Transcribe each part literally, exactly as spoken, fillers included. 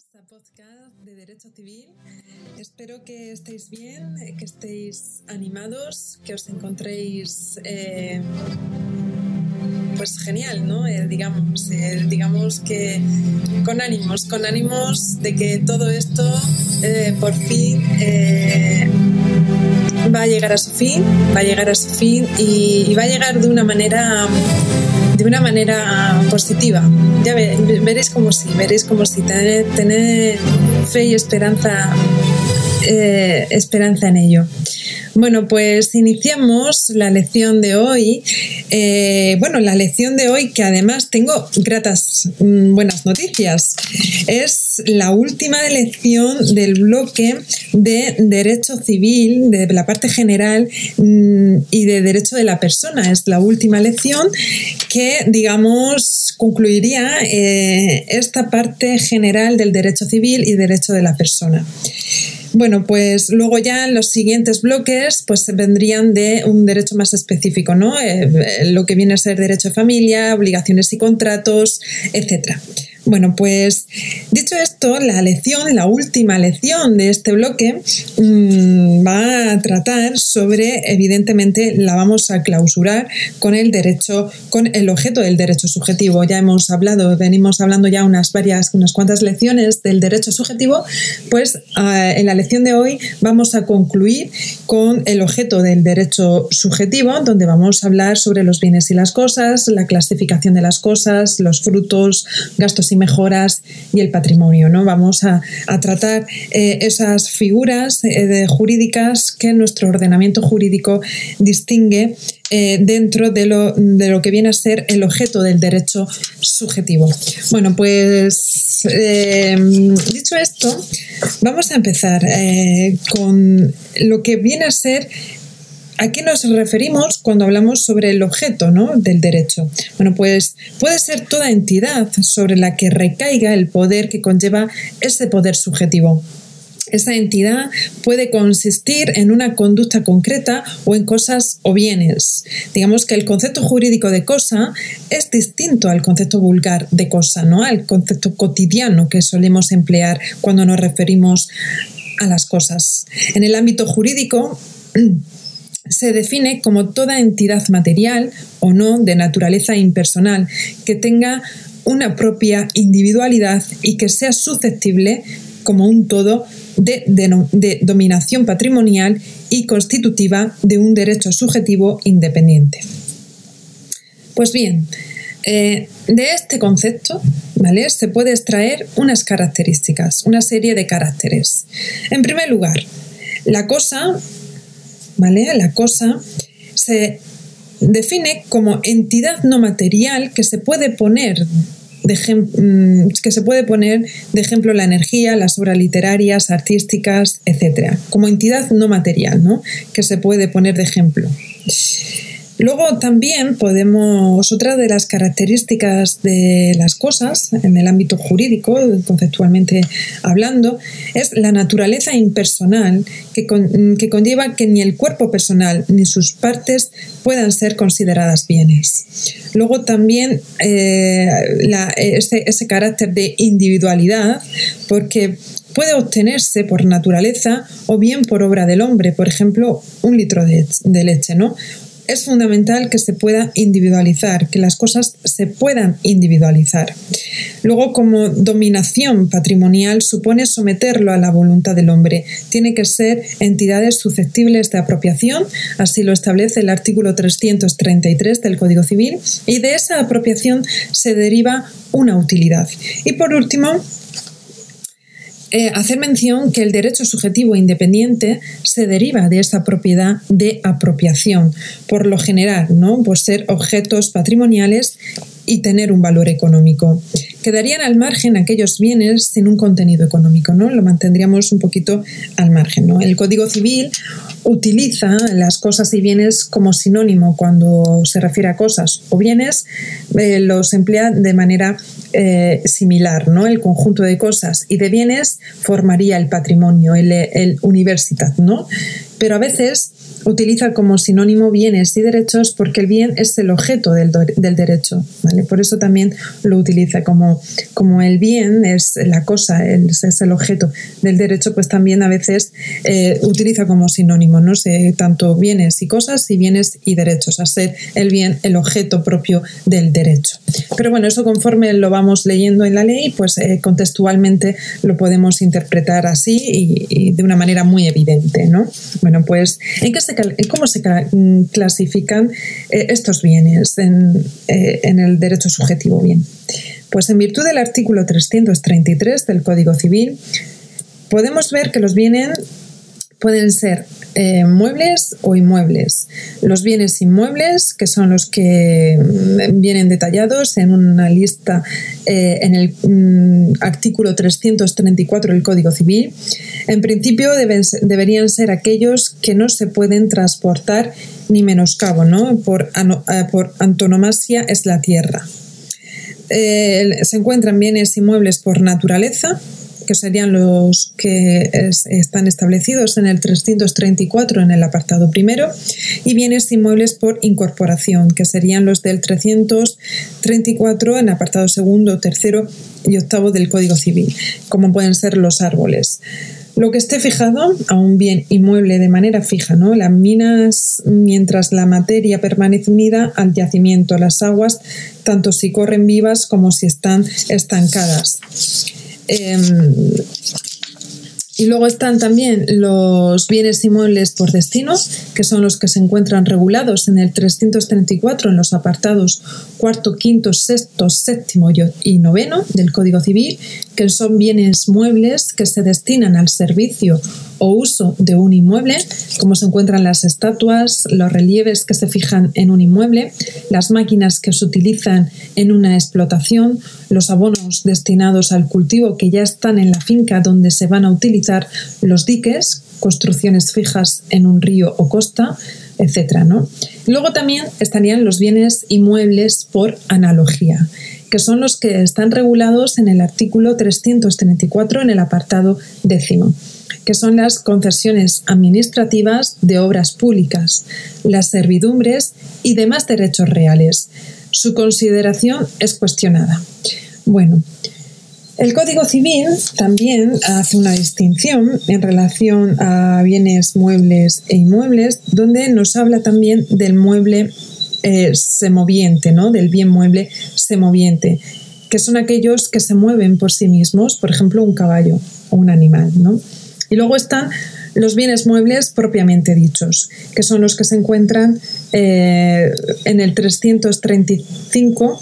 bienvenidos a podcast de Derecho Civil. Espero que estéis bien, que estéis animados, que os encontréis eh, pues genial, ¿no? Eh, digamos, eh, digamos que con ánimos, con ánimos de que todo esto eh, por fin eh, va a llegar a su fin, va a llegar a su fin y, y va a llegar de una manera de una manera positiva. Ya ve, veréis como sí, veréis como sí, tener, tener fe y esperanza, eh, esperanza en ello. Bueno, pues iniciamos la lección de hoy. Eh, bueno, la lección de hoy, que además tengo gratas, mmm, buenas noticias. Es la última lección del bloque de Derecho Civil, de la parte general mmm, y de Derecho de la Persona. Es la última lección que, digamos, concluiría eh, esta parte general del Derecho Civil y Derecho de la Persona. Bueno, pues luego ya en los siguientes bloques pues vendrían de un derecho más específico, ¿no? Eh, lo que viene a ser derecho de familia, obligaciones y contratos, etcétera. Bueno, pues dicho esto, la lección, la última lección de este bloque mmm, va a tratar sobre, evidentemente, la vamos a clausurar con el derecho, con el objeto del derecho subjetivo. Ya hemos hablado, venimos hablando ya unas varias, unas cuantas lecciones del derecho subjetivo, pues uh, en la lección de hoy vamos a concluir con el objeto del derecho subjetivo, donde vamos a hablar sobre los bienes y las cosas, la clasificación de las cosas, los frutos, gastos y mejoras y el patrimonio, ¿no? Vamos a, a tratar eh, esas figuras eh, de jurídicas que nuestro ordenamiento jurídico distingue eh, dentro de lo, de lo que viene a ser el objeto del derecho subjetivo. Bueno, pues eh, dicho esto, vamos a empezar eh, con lo que viene a ser. ¿A qué nos referimos cuando hablamos sobre el objeto, ¿no?, del derecho? Bueno, pues puede ser toda entidad sobre la que recaiga el poder que conlleva ese poder subjetivo. Esa entidad puede consistir en una conducta concreta o en cosas o bienes. Digamos que el concepto jurídico de cosa es distinto al concepto vulgar de cosa, ¿no?, al concepto cotidiano que solemos emplear cuando nos referimos a las cosas. En el ámbito jurídico se define como toda entidad material o no de naturaleza impersonal que tenga una propia individualidad y que sea susceptible como un todo de, de, de dominación patrimonial y constitutiva de un derecho subjetivo independiente. Pues bien, eh, de este concepto, ¿vale?, se puede extraer unas características, una serie de caracteres. En primer lugar, la cosa ¿Vale? La cosa se define como entidad no material que se puede poner de ejem- que se puede poner de ejemplo la energía, las obras literarias, artísticas, etcétera, como entidad no material, ¿no?, que se puede poner de ejemplo. Luego también podemos, otra de las características de las cosas en el ámbito jurídico, conceptualmente hablando, es la naturaleza impersonal que, con, que conlleva que ni el cuerpo personal ni sus partes puedan ser consideradas bienes. Luego también eh, la, ese, ese carácter de individualidad, porque puede obtenerse por naturaleza o bien por obra del hombre, por ejemplo, un litro de, de leche, ¿no? Es fundamental que se pueda individualizar, que las cosas se puedan individualizar. Luego, como dominación patrimonial, supone someterlo a la voluntad del hombre. Tiene que ser entidades susceptibles de apropiación, así lo establece el artículo trescientos treinta y tres del Código Civil, y de esa apropiación se deriva una utilidad. Y por último, Eh, hacer mención que el derecho subjetivo independiente se deriva de esa propiedad de apropiación, por lo general, ¿no?, por ser objetos patrimoniales y tener un valor económico. Quedarían al margen aquellos bienes sin un contenido económico, ¿no? Lo mantendríamos un poquito al margen, ¿no? El Código Civil utiliza las cosas y bienes como sinónimo cuando se refiere a cosas o bienes, eh, los emplea de manera eh, similar, ¿no? El conjunto de cosas y de bienes formaría el patrimonio, el, el universitat, ¿no? Pero a veces utiliza como sinónimo bienes y derechos porque el bien es el objeto del, del derecho, ¿vale? Por eso también lo utiliza como, como el bien es la cosa, el, es el objeto del derecho, pues también a veces eh, utiliza como sinónimo, no sé, tanto bienes y cosas y bienes y derechos, a ser el bien el objeto propio del derecho. Pero bueno, eso conforme lo vamos leyendo en la ley, pues eh, contextualmente lo podemos interpretar así y, y de una manera muy evidente, ¿no? Bueno, pues ¿en qué se, cómo se clasifican eh, estos bienes en, eh, en el derecho subjetivo? Bien, pues en virtud del artículo trescientos treinta y tres del Código Civil podemos ver que los bienes pueden ser eh, muebles o inmuebles. Los bienes inmuebles, que son los que vienen detallados en una lista eh, en el mm, artículo trescientos treinta y cuatro del Código Civil, en principio deben, deberían ser aquellos que no se pueden transportar ni menoscabo, ¿no? Por, ano, eh, por antonomasia es la tierra. Eh, se encuentran bienes inmuebles por naturaleza, que serían los que es, están establecidos en el trescientos treinta y cuatro en el apartado primero, y bienes inmuebles por incorporación, que serían los del trescientos treinta y cuatro en el apartado segundo, tercero y octavo del Código Civil, como pueden ser los árboles. Lo que esté fijado a un bien inmueble de manera fija, ¿no? Las minas, mientras la materia permanece unida al yacimiento, las aguas, tanto si corren vivas como si están estancadas. Eh, y luego están también los bienes inmuebles por destino, que son los que se encuentran regulados en el trescientos treinta y cuatro en los apartados cuarto, quinto, sexto, séptimo y noveno del Código Civil, que son bienes muebles que se destinan al servicio o uso de un inmueble, como se encuentran las estatuas, los relieves que se fijan en un inmueble, las máquinas que se utilizan en una explotación, los abonos destinados al cultivo que ya están en la finca donde se van a utilizar los diques, construcciones fijas en un río o costa, etcétera, ¿no? Luego también estarían los bienes inmuebles por analogía, que son los que están regulados en el artículo trescientos treinta y cuatro en el apartado décimo, que son las concesiones administrativas de obras públicas, las servidumbres y demás derechos reales. Su consideración es cuestionada. Bueno, el Código Civil también hace una distinción en relación a bienes muebles e inmuebles, donde nos habla también del mueble eh, semoviente, ¿no? Del bien mueble semoviente, que son aquellos que se mueven por sí mismos, por ejemplo, un caballo o un animal, ¿no? Y luego están los bienes muebles propiamente dichos, que son los que se encuentran eh, en el trescientos treinta y cinco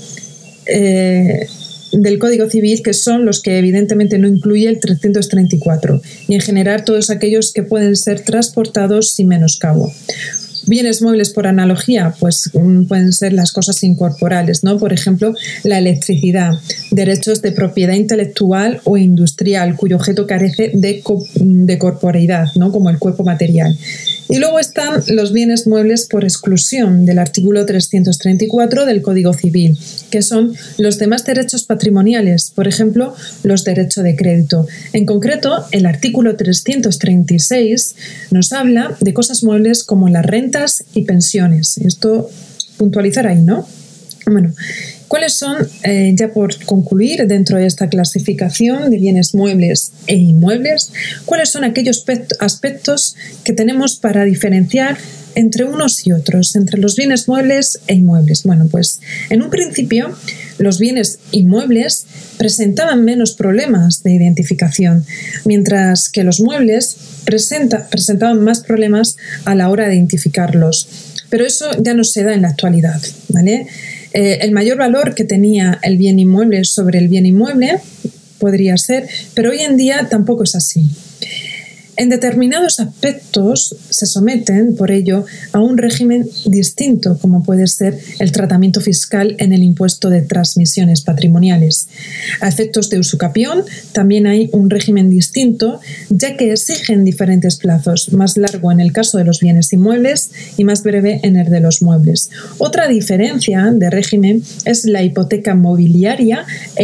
eh, del Código Civil, que son los que evidentemente no incluye el trescientos treinta y cuatro, y en general todos aquellos que pueden ser transportados sin menoscabo. Bienes muebles por analogía, pues pueden ser las cosas incorporales, ¿no? Por ejemplo, la electricidad, derechos de propiedad intelectual o industrial, cuyo objeto carece de, co- de corporeidad, ¿no? Como el cuerpo material. Y luego están los bienes muebles por exclusión del artículo trescientos treinta y cuatro del Código Civil, que son los demás derechos patrimoniales, por ejemplo, los derechos de crédito. En concreto, el artículo trescientos treinta y seis nos habla de cosas muebles como las rentas y pensiones. Esto puntualizar ahí, ¿no? Bueno, ¿cuáles son, eh, ya por concluir, dentro de esta clasificación de bienes muebles e inmuebles, cuáles son aquellos aspectos que tenemos para diferenciar entre unos y otros, entre los bienes muebles e inmuebles? Bueno, pues en un principio los bienes inmuebles presentaban menos problemas de identificación, mientras que los muebles presenta, presentaban más problemas a la hora de identificarlos. Pero eso ya no se da en la actualidad, ¿vale? Eh, el mayor valor que tenía el bien inmueble sobre el bien inmueble podría ser, pero hoy en día tampoco es así. En determinados aspectos se someten, por ello, a un régimen distinto, como puede ser el tratamiento fiscal en el impuesto de transmisiones patrimoniales. A efectos de usucapión, también hay un régimen distinto, ya que exigen diferentes plazos, más largo en el caso de los bienes inmuebles y más breve en el de los muebles. Otra diferencia de régimen es la hipoteca mobiliaria e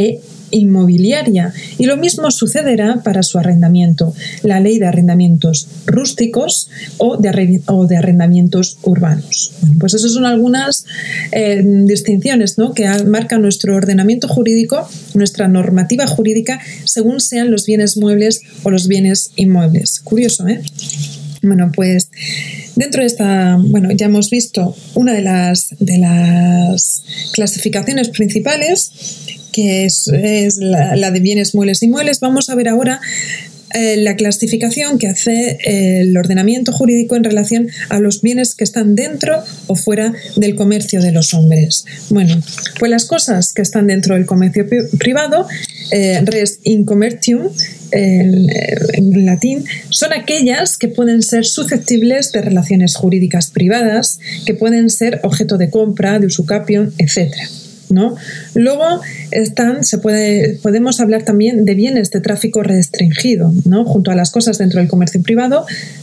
inmobiliaria, y lo mismo sucederá para su arrendamiento, la ley de arrendamientos rústicos o de, arre- o de arrendamientos urbanos. Bueno, pues esas son algunas eh, distinciones, ¿no?, que marcan nuestro ordenamiento jurídico, nuestra normativa jurídica, según sean los bienes muebles o los bienes inmuebles. Curioso, ¿eh? Bueno, pues dentro de esta, bueno, ya hemos visto una de las, de las clasificaciones principales, que es, es la, la de bienes muebles e inmuebles. Vamos a ver ahora eh, la clasificación que hace el ordenamiento jurídico en relación a los bienes que están dentro o fuera del comercio de los hombres. Bueno, pues las cosas que están dentro del comercio privado, eh, res in commercium, En, en latín, son aquellas que pueden ser susceptibles de relaciones jurídicas privadas, que pueden ser objeto de compra, de usucapión, etcétera, ¿no? Luego están, se puede, podemos hablar también de bienes de tráfico restringido, ¿no? Junto a las cosas dentro del comercio privado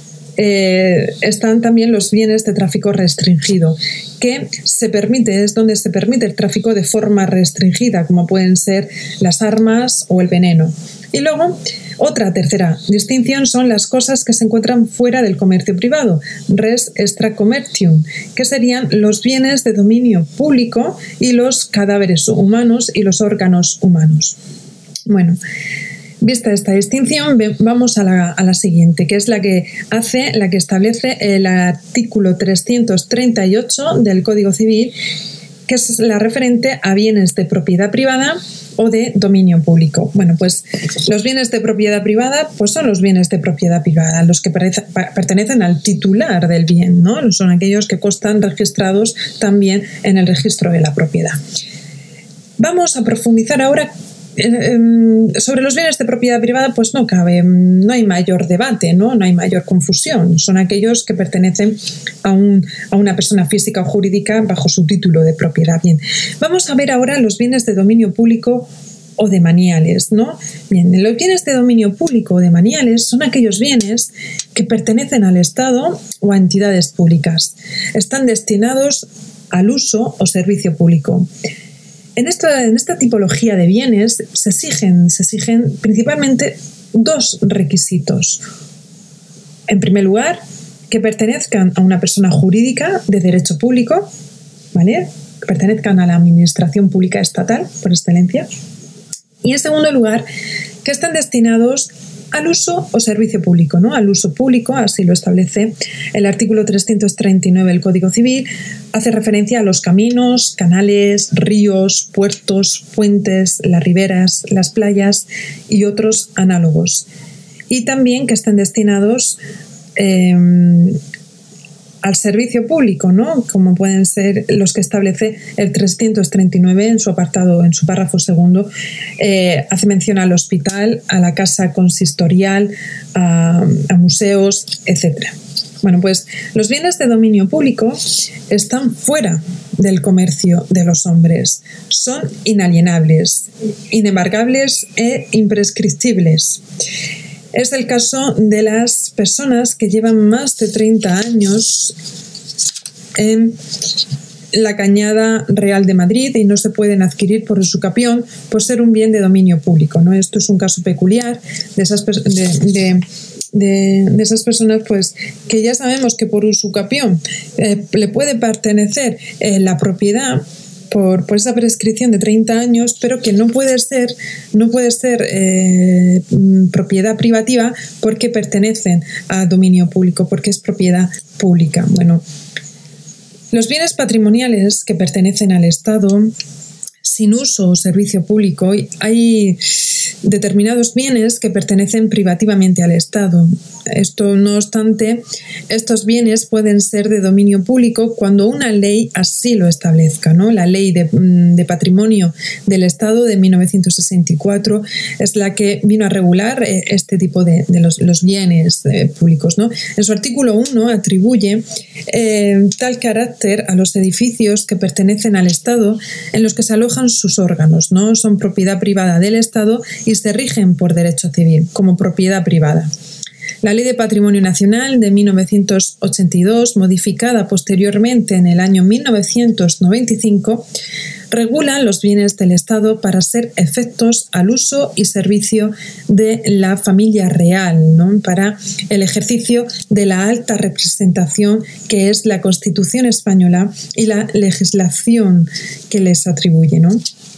eh, están también los bienes de tráfico restringido, que se permite, es donde se permite el tráfico de forma restringida, como pueden ser las armas o el veneno. Y luego, otra tercera distinción son las cosas que se encuentran fuera del comercio privado, res extra commercium, que serían los bienes de dominio público y los cadáveres humanos y los órganos humanos. Bueno, vista esta distinción, vamos a la, a la siguiente, que es la que hace, la que establece el artículo trescientos treinta y ocho del Código Civil, que es la referente a bienes de propiedad privada o de dominio público. Bueno, pues los bienes de propiedad privada pues son los bienes de propiedad privada, los que pertenecen al titular del bien, ¿no? Son aquellos que constan registrados también en el registro de la propiedad. Vamos a profundizar ahora sobre los bienes de propiedad privada. Pues no cabe, no hay mayor debate, ¿no? No hay mayor confusión. Son aquellos que pertenecen a, un, a una persona física o jurídica bajo su título de propiedad. Bien, vamos a ver ahora los bienes de dominio público o de maniales, ¿no? Bien, los bienes de dominio público o de maniales son aquellos bienes que pertenecen al Estado o a entidades públicas. Están destinados al uso o servicio público. En esta, en esta tipología de bienes se exigen, se exigen principalmente dos requisitos. En primer lugar, que pertenezcan a una persona jurídica de derecho público, ¿vale? Que pertenezcan a la administración pública estatal, por excelencia. Y en segundo lugar, que estén destinados al uso o servicio público, ¿no? Al uso público, así lo establece el artículo trescientos treinta y nueve del Código Civil, hace referencia a los caminos, canales, ríos, puertos, puentes, las riberas, las playas y otros análogos. Y también que estén destinados eh, al servicio público, ¿no? Como pueden ser los que establece el trescientos treinta y nueve en su apartado, en su párrafo segundo, eh, hace mención al hospital, a la casa consistorial, a, a museos, etcétera. Bueno, pues los bienes de dominio público están fuera del comercio de los hombres. Son inalienables, inembargables e imprescriptibles. Es el caso de las personas que llevan más de treinta años en la Cañada Real de Madrid y no se pueden adquirir por usucapión por ser un bien de dominio público, ¿no? Esto es un caso peculiar de esas, de, de, de, de esas personas, pues, que ya sabemos que por usucapión eh, le puede pertenecer eh, la propiedad Por, por esa prescripción de treinta años, pero que no puede ser, no puede ser eh, propiedad privativa porque pertenecen a dominio público, porque es propiedad pública. Bueno, los bienes patrimoniales que pertenecen al Estado sin uso o servicio público, hay determinados bienes que pertenecen privativamente al Estado. Esto, no obstante, estos bienes pueden ser de dominio público cuando una ley así lo establezca, ¿no? La Ley de, de Patrimonio del Estado de mil novecientos sesenta y cuatro es la que vino a regular eh, este tipo de, de los, los bienes eh, públicos, ¿no? En su artículo uno atribuye eh, tal carácter a los edificios que pertenecen al Estado en los que se alojan sus órganos, ¿no? Son propiedad privada del Estado y se rigen por derecho civil como propiedad privada. La Ley de Patrimonio Nacional de mil novecientos ochenta y dos, modificada posteriormente en el año mil novecientos noventa y cinco, regulan los bienes del Estado para ser efectos al uso y servicio de la familia real, ¿no? Para el ejercicio de la alta representación que es la Constitución española y la legislación que les atribuye, ¿no?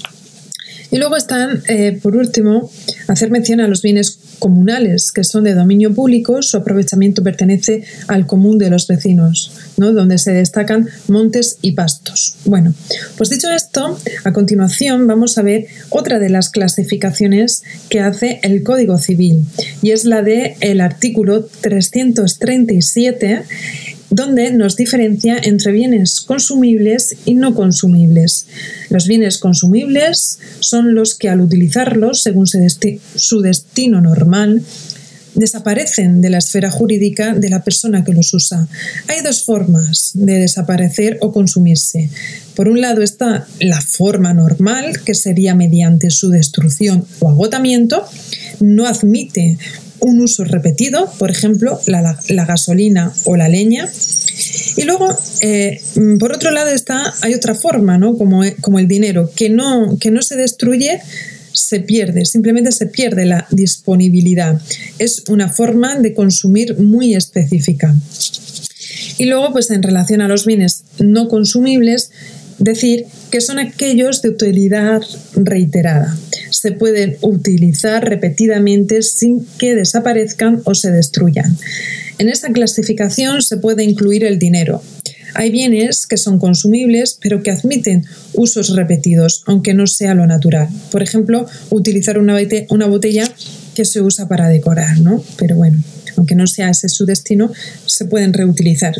Y luego están, eh, por último, hacer mención a los bienes comunales, que son de dominio público. Su aprovechamiento pertenece al común de los vecinos, ¿no? Donde se destacan montes y pastos. Bueno, pues dicho esto, a continuación vamos a ver otra de las clasificaciones que hace el Código Civil, y es la del artículo trescientos treinta y siete, donde nos diferencia entre bienes consumibles y no consumibles. Los bienes consumibles son los que al utilizarlos según su, desti- su destino normal desaparecen de la esfera jurídica de la persona que los usa. Hay dos formas de desaparecer o consumirse. Por un lado está la forma normal, que sería mediante su destrucción o agotamiento. No admite un uso repetido, por ejemplo, la, la, la gasolina o la leña. Y luego, eh, por otro lado, está, hay otra forma, ¿no? Como, como el dinero, que no, que no se destruye, se pierde, simplemente se pierde la disponibilidad. Es una forma de consumir muy específica. Y luego, pues en relación a los bienes no consumibles, decir que son aquellos de utilidad reiterada. Se pueden utilizar repetidamente sin que desaparezcan o se destruyan. En esta clasificación se puede incluir el dinero. Hay bienes que son consumibles, pero que admiten usos repetidos, aunque no sea lo natural. Por ejemplo, utilizar una botella, una botella que se usa para decorar, ¿no? Pero bueno, aunque no sea ese su destino, se pueden reutilizar.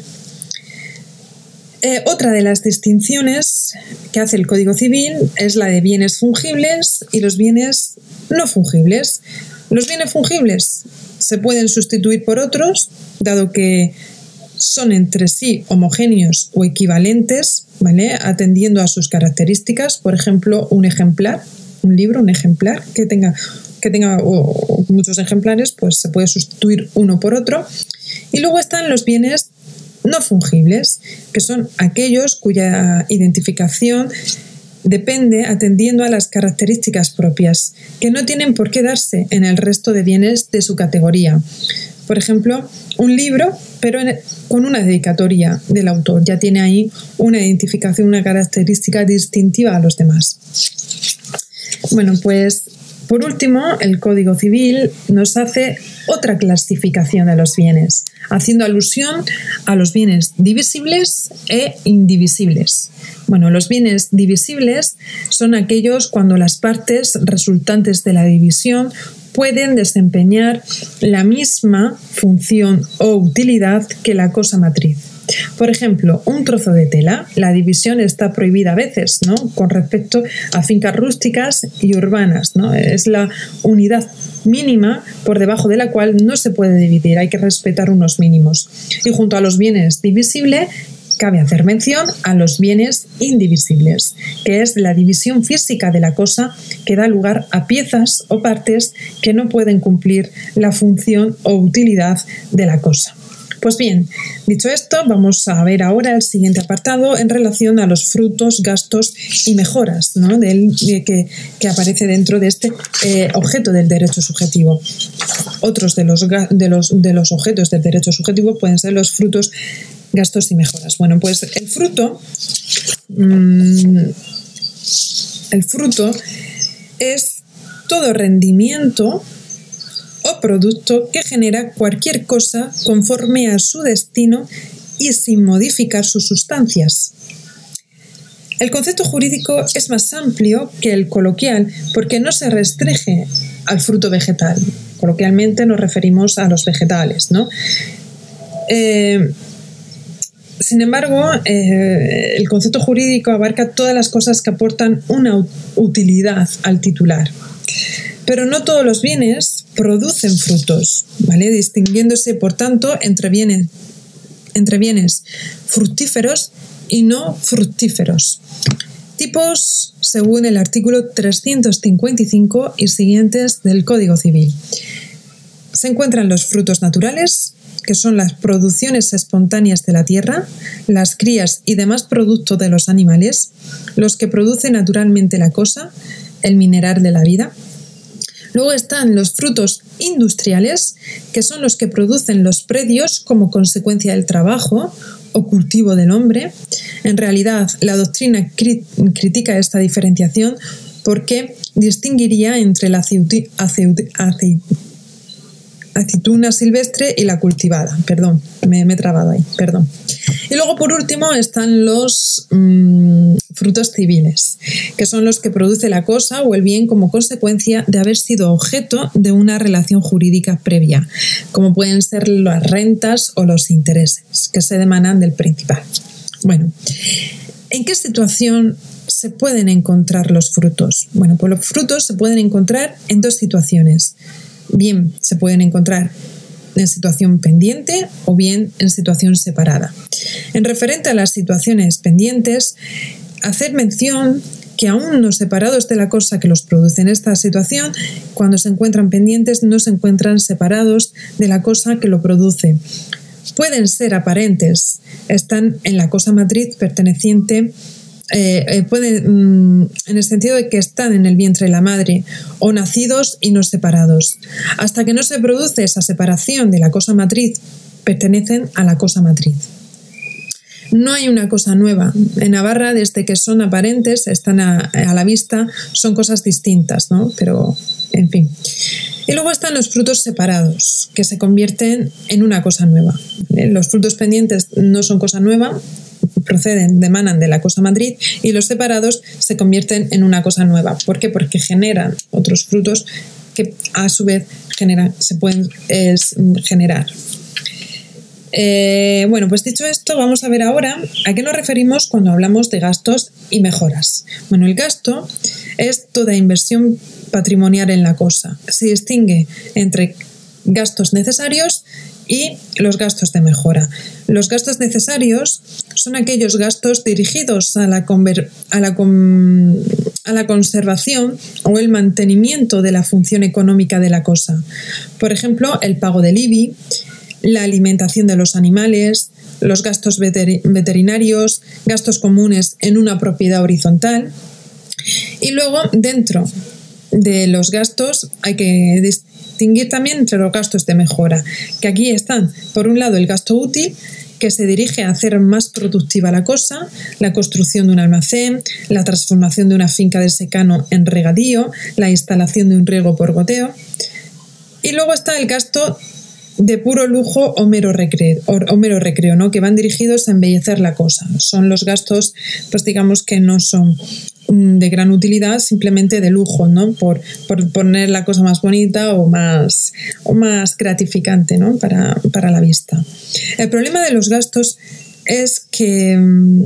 Eh, otra de las distinciones que hace el Código Civil es la de bienes fungibles y los bienes no fungibles. Los bienes fungibles se pueden sustituir por otros, dado que son entre sí homogéneos o equivalentes, ¿vale? Atendiendo a sus características. Por ejemplo, un ejemplar, un libro, un ejemplar que tenga, que tenga o, o muchos ejemplares, pues se puede sustituir uno por otro. Y luego están los bienes no fungibles, que son aquellos cuya identificación depende atendiendo a las características propias, que no tienen por qué darse en el resto de bienes de su categoría. Por ejemplo, un libro, pero en, con una dedicatoria del autor, ya tiene ahí una identificación, una característica distintiva a los demás. Bueno, pues por último, el Código Civil nos hace otra clasificación de los bienes, haciendo alusión a los bienes divisibles e indivisibles. Bueno, los bienes divisibles son aquellos cuando las partes resultantes de la división pueden desempeñar la misma función o utilidad que la cosa matriz. Por ejemplo, un trozo de tela, la división está prohibida a veces, ¿no? Con respecto a fincas rústicas y urbanas, ¿no? Es la unidad mínima por debajo de la cual no se puede dividir, hay que respetar unos mínimos. Y junto a los bienes divisibles, cabe hacer mención a los bienes indivisibles, que es la división física de la cosa que da lugar a piezas o partes que no pueden cumplir la función o utilidad de la cosa. Pues bien, dicho esto, vamos a ver ahora el siguiente apartado en relación a los frutos, gastos y mejoras, ¿no? Del, de que, que aparece dentro de este eh, objeto del derecho subjetivo. Otros de los, de, los, de los objetos del derecho subjetivo pueden ser los frutos, gastos y mejoras. Bueno, pues el fruto, mmm, el fruto es todo rendimiento o producto que genera cualquier cosa conforme a su destino y sin modificar sus sustancias. El concepto jurídico es más amplio que el coloquial porque no se restringe al fruto vegetal. Coloquialmente nos referimos a los vegetales, ¿no? Eh, sin embargo, eh, el concepto jurídico abarca todas las cosas que aportan una utilidad al titular. Pero no todos los bienes producen frutos, ¿vale? Distinguiéndose, por tanto, entre bienes, entre bienes fructíferos y no fructíferos. Tipos según el artículo trescientos cincuenta y cinco y siguientes del Código Civil. Se encuentran los frutos naturales, que son las producciones espontáneas de la tierra, las crías y demás productos de los animales, los que produce naturalmente la cosa, el mineral de la vida. Luego están los frutos industriales, que son los que producen los predios como consecuencia del trabajo o cultivo del hombre. En realidad, la doctrina cri- critica esta diferenciación porque distinguiría entre la aceuti- aceuti- aceit- aceituna silvestre y la cultivada. Perdón, me, me he trabado ahí, perdón. Y luego, por último, están los mmm, frutos civiles, que son los que produce la cosa o el bien como consecuencia de haber sido objeto de una relación jurídica previa, como pueden ser las rentas o los intereses, que se demandan del principal. Bueno, ¿en qué situación se pueden encontrar los frutos? Bueno, pues los frutos se pueden encontrar en dos situaciones. Bien, se pueden encontrar en situación pendiente o bien en situación separada. En referente a las situaciones pendientes, hacer mención que aún no separados de la cosa que los produce en esta situación, cuando se encuentran pendientes no se encuentran separados de la cosa que lo produce. Pueden ser aparentes, están en la cosa matriz perteneciente Eh, eh, puede, mm, en el sentido de que están en el vientre de la madre o nacidos y no separados. Hasta que no se produce esa separación de la cosa matriz, pertenecen a la cosa matriz. No hay una cosa nueva. En Navarra, desde que son aparentes, están a, a la vista, son cosas distintas, ¿no? Pero, en fin. Y luego están los frutos separados, que se convierten en una cosa nueva. Los frutos pendientes no son cosa nueva, proceden, emanan de la cosa matriz, y los separados se convierten en una cosa nueva. ¿Por qué? Porque generan otros frutos que a su vez generan, se pueden es, generar. Eh, bueno, pues dicho esto, vamos a ver ahora a qué nos referimos cuando hablamos de gastos y mejoras. Bueno, el gasto es toda inversión patrimonial en la cosa. Se distingue entre gastos necesarios y los gastos de mejora. Los gastos necesarios son aquellos gastos dirigidos a la, conver- a la, con- a la conservación o el mantenimiento de la función económica de la cosa. Por ejemplo, el pago del I B I, la alimentación de los animales, los gastos veter- veterinarios, gastos comunes en una propiedad horizontal. Y luego, dentro de los gastos, hay que distinguir también entre los gastos de mejora, que aquí están, por un lado, el gasto útil, que se dirige a hacer más productiva la cosa, la construcción de un almacén, la transformación de una finca de secano en regadío, la instalación de un riego por goteo. Y luego está el gasto de puro lujo o mero recreo, o, o mero recreo, ¿no? Que van dirigidos a embellecer la cosa. Son los gastos, pues digamos que no son de gran utilidad, simplemente de lujo, ¿no? Por, por poner la cosa más bonita o más, o más gratificante, ¿no? Para, para la vista. El problema de los gastos es que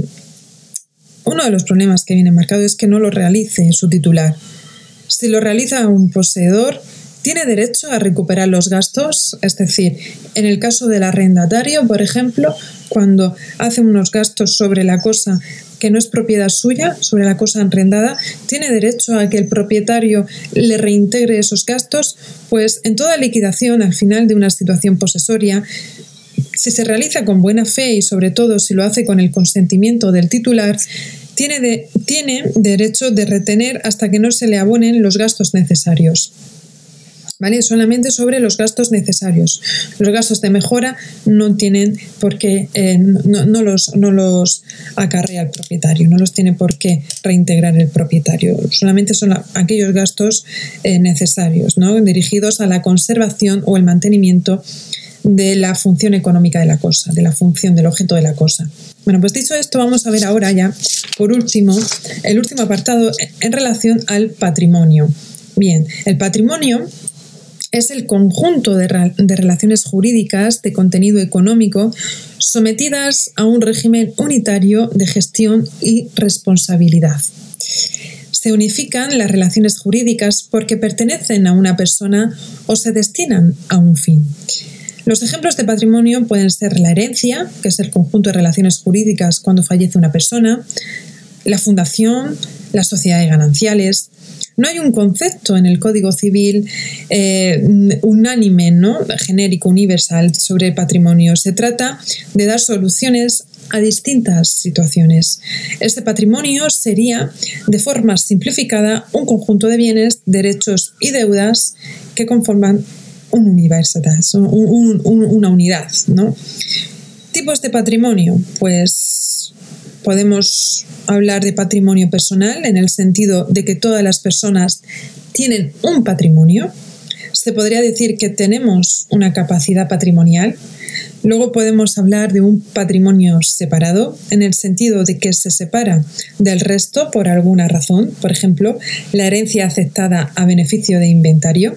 uno de los problemas que viene marcado es que no lo realice su titular. Si lo realiza un poseedor, tiene derecho a recuperar los gastos, es decir, en el caso del arrendatario, por ejemplo, cuando hace unos gastos sobre la cosa que no es propiedad suya, sobre la cosa arrendada, tiene derecho a que el propietario le reintegre esos gastos, pues en toda liquidación, al final de una situación posesoria, si se realiza con buena fe y sobre todo si lo hace con el consentimiento del titular, tiene, de, tiene derecho de retener hasta que no se le abonen los gastos necesarios. ¿Vale? Solamente sobre los gastos necesarios. Los gastos de mejora no tienen por qué, eh, no, no, los, no los acarrea el propietario, no los tiene por qué reintegrar el propietario. Solamente son la, aquellos gastos eh, necesarios, ¿no? Dirigidos a la conservación o el mantenimiento de la función económica de la cosa, de la función del objeto de la cosa. Bueno, pues dicho esto, vamos a ver ahora ya, por último, el último apartado en relación al patrimonio. Bien, el patrimonio es el conjunto de, ra- de relaciones jurídicas de contenido económico sometidas a un régimen unitario de gestión y responsabilidad. Se unifican las relaciones jurídicas porque pertenecen a una persona o se destinan a un fin. Los ejemplos de patrimonio pueden ser la herencia, que es el conjunto de relaciones jurídicas cuando fallece una persona, la fundación, las sociedades gananciales, no hay un concepto en el Código Civil eh, unánime, ¿no? Genérico, universal sobre el patrimonio. Se trata de dar soluciones a distintas situaciones. Este patrimonio sería, de forma simplificada, un conjunto de bienes, derechos y deudas que conforman un universo, un, un, una unidad, ¿no? Tipos de patrimonio, pues podemos hablar de patrimonio personal en el sentido de que todas las personas tienen un patrimonio. Se podría decir que tenemos una capacidad patrimonial. Luego podemos hablar de un patrimonio separado, en el sentido de que se separa del resto por alguna razón, por ejemplo, la herencia aceptada a beneficio de inventario,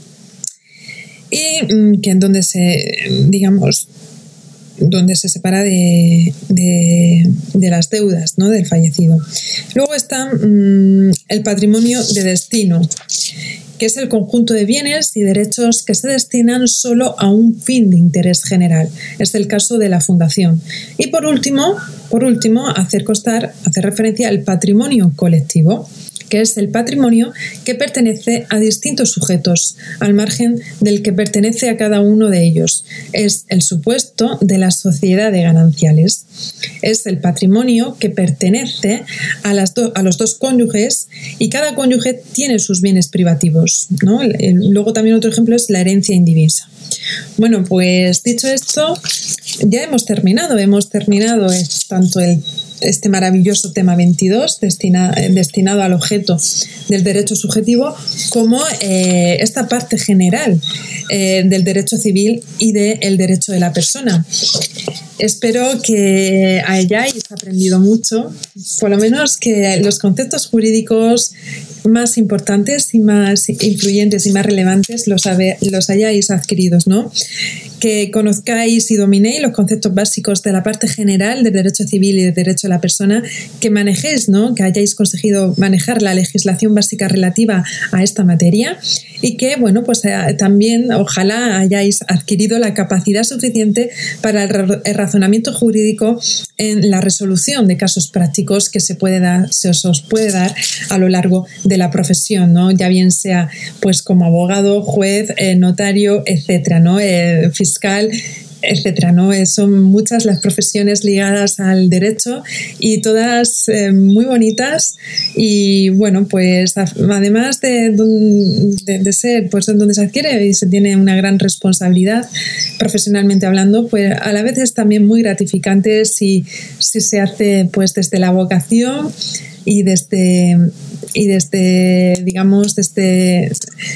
y que en donde se, digamos, donde se separa de, de, de las deudas, ¿no?, del fallecido. Luego está mmm, el patrimonio de destino, que es el conjunto de bienes y derechos que se destinan solo a un fin de interés general. Es el caso de la fundación. Y por último, por último, hacer constar, hacer referencia al patrimonio colectivo, que es el patrimonio que pertenece a distintos sujetos, al margen del que pertenece a cada uno de ellos. Es el supuesto de la sociedad de gananciales. Es el patrimonio que pertenece a, las do, a los dos cónyuges y cada cónyuge tiene sus bienes privativos, ¿no? Luego también otro ejemplo es la herencia indivisa. Bueno, pues dicho esto, ya hemos terminado. Hemos terminado tanto el este maravilloso tema veintidós destina, destinado al objeto del derecho subjetivo como eh, esta parte general eh, del derecho civil y del derecho de la persona. Espero que hayáis aprendido mucho, por lo menos que los conceptos jurídicos más importantes y más influyentes y más relevantes los, habe, los hayáis adquirido, ¿no? Que conozcáis y dominéis los conceptos básicos de la parte general del derecho civil y del derecho de la persona, que manejéis, ¿no?, que hayáis conseguido manejar la legislación básica relativa a esta materia y que, bueno, pues eh, también ojalá hayáis adquirido la capacidad suficiente para el, el razonamiento jurídico en la resolución de casos prácticos que se puede dar, se os, os puede dar a lo largo de la profesión, ¿no? Ya bien sea pues como abogado, juez, eh, notario, etcétera, ¿no? Eh, fiscal, etcétera, ¿no? Son muchas las profesiones ligadas al derecho y todas eh, muy bonitas y bueno, pues además de, de, de ser pues donde se adquiere y se tiene una gran responsabilidad profesionalmente hablando, pues a la vez es también muy gratificante si, si se hace pues desde la vocación y desde, y desde digamos, desde,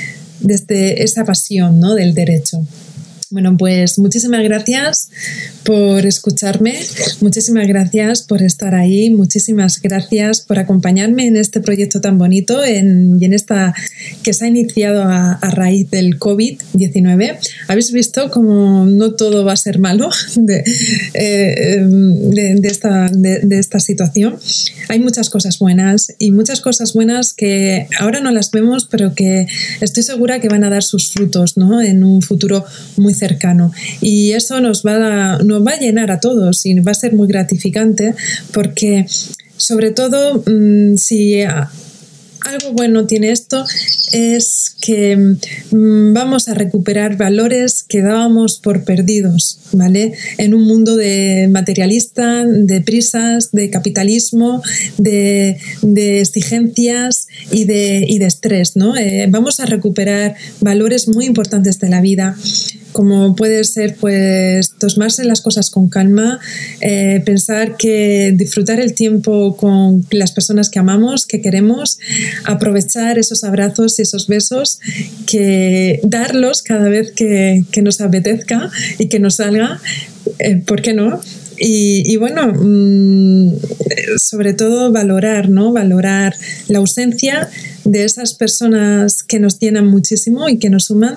desde esa pasión, ¿no?, del derecho. Bueno, pues muchísimas gracias por escucharme, muchísimas gracias por estar ahí, muchísimas gracias por acompañarme en este proyecto tan bonito en, y en esta que se ha iniciado a, a raíz del covid diecinueve. Habéis visto cómo no todo va a ser malo de, eh, de, de, esta, de, de esta situación. Hay muchas cosas buenas y muchas cosas buenas que ahora no las vemos, pero que estoy segura que van a dar sus frutos, ¿no?, en un futuro muy cercano. Y eso nos va, a, nos va a llenar a todos y va a ser muy gratificante porque, sobre todo, mmm, si algo bueno tiene esto es que mmm, vamos a recuperar valores que dábamos por perdidos, ¿vale? En un mundo de materialista, de prisas, de capitalismo, de, de exigencias y de, y de estrés, ¿no? Eh, vamos a recuperar valores muy importantes de la vida, como puede ser pues tomarse las cosas con calma, eh, pensar que disfrutar el tiempo con las personas que amamos, que queremos, aprovechar esos abrazos y esos besos, que darlos cada vez que, que nos apetezca y que nos salga, eh, ¿por qué no? Y, y bueno, mmm, sobre todo valorar, ¿no? Valorar la ausencia de esas personas que nos llenan muchísimo y que nos suman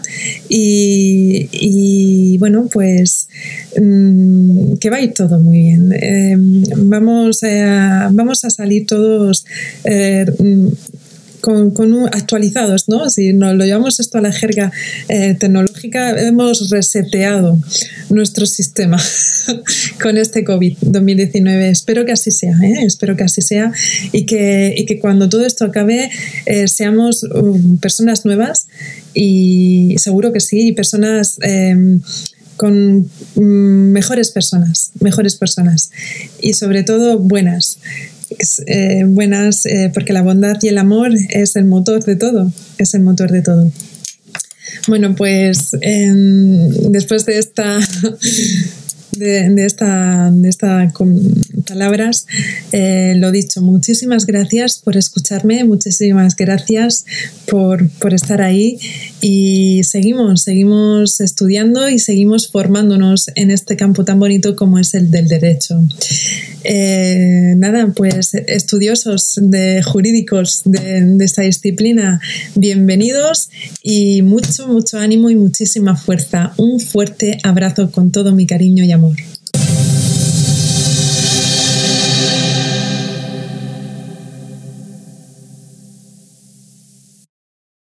y, y bueno, pues mmm, que va a ir todo muy bien. Eh, vamos, a, vamos a salir todos eh, con, con un, actualizados, ¿no? Si nos lo llevamos esto a la jerga eh, tecnológica, hemos reseteado nuestro sistema con este COVID dos mil diecinueve. Espero que así sea, ¿eh? Espero que así sea y que, y que cuando todo esto acabe eh, seamos um, personas nuevas, y seguro que sí, y personas eh, con um, mejores personas, mejores personas y sobre todo buenas. Eh, buenas eh, porque la bondad y el amor es el motor de todo, es el motor de todo. Bueno, pues eh, después de esta de, de esta de estas palabras, eh, lo dicho, muchísimas gracias por escucharme, muchísimas gracias por, por estar ahí, y seguimos, seguimos estudiando y seguimos formándonos en este campo tan bonito como es el del derecho. Eh, nada, pues estudiosos de jurídicos de, de esta disciplina, bienvenidos y mucho, mucho ánimo y muchísima fuerza. Un fuerte abrazo con todo mi cariño y amor.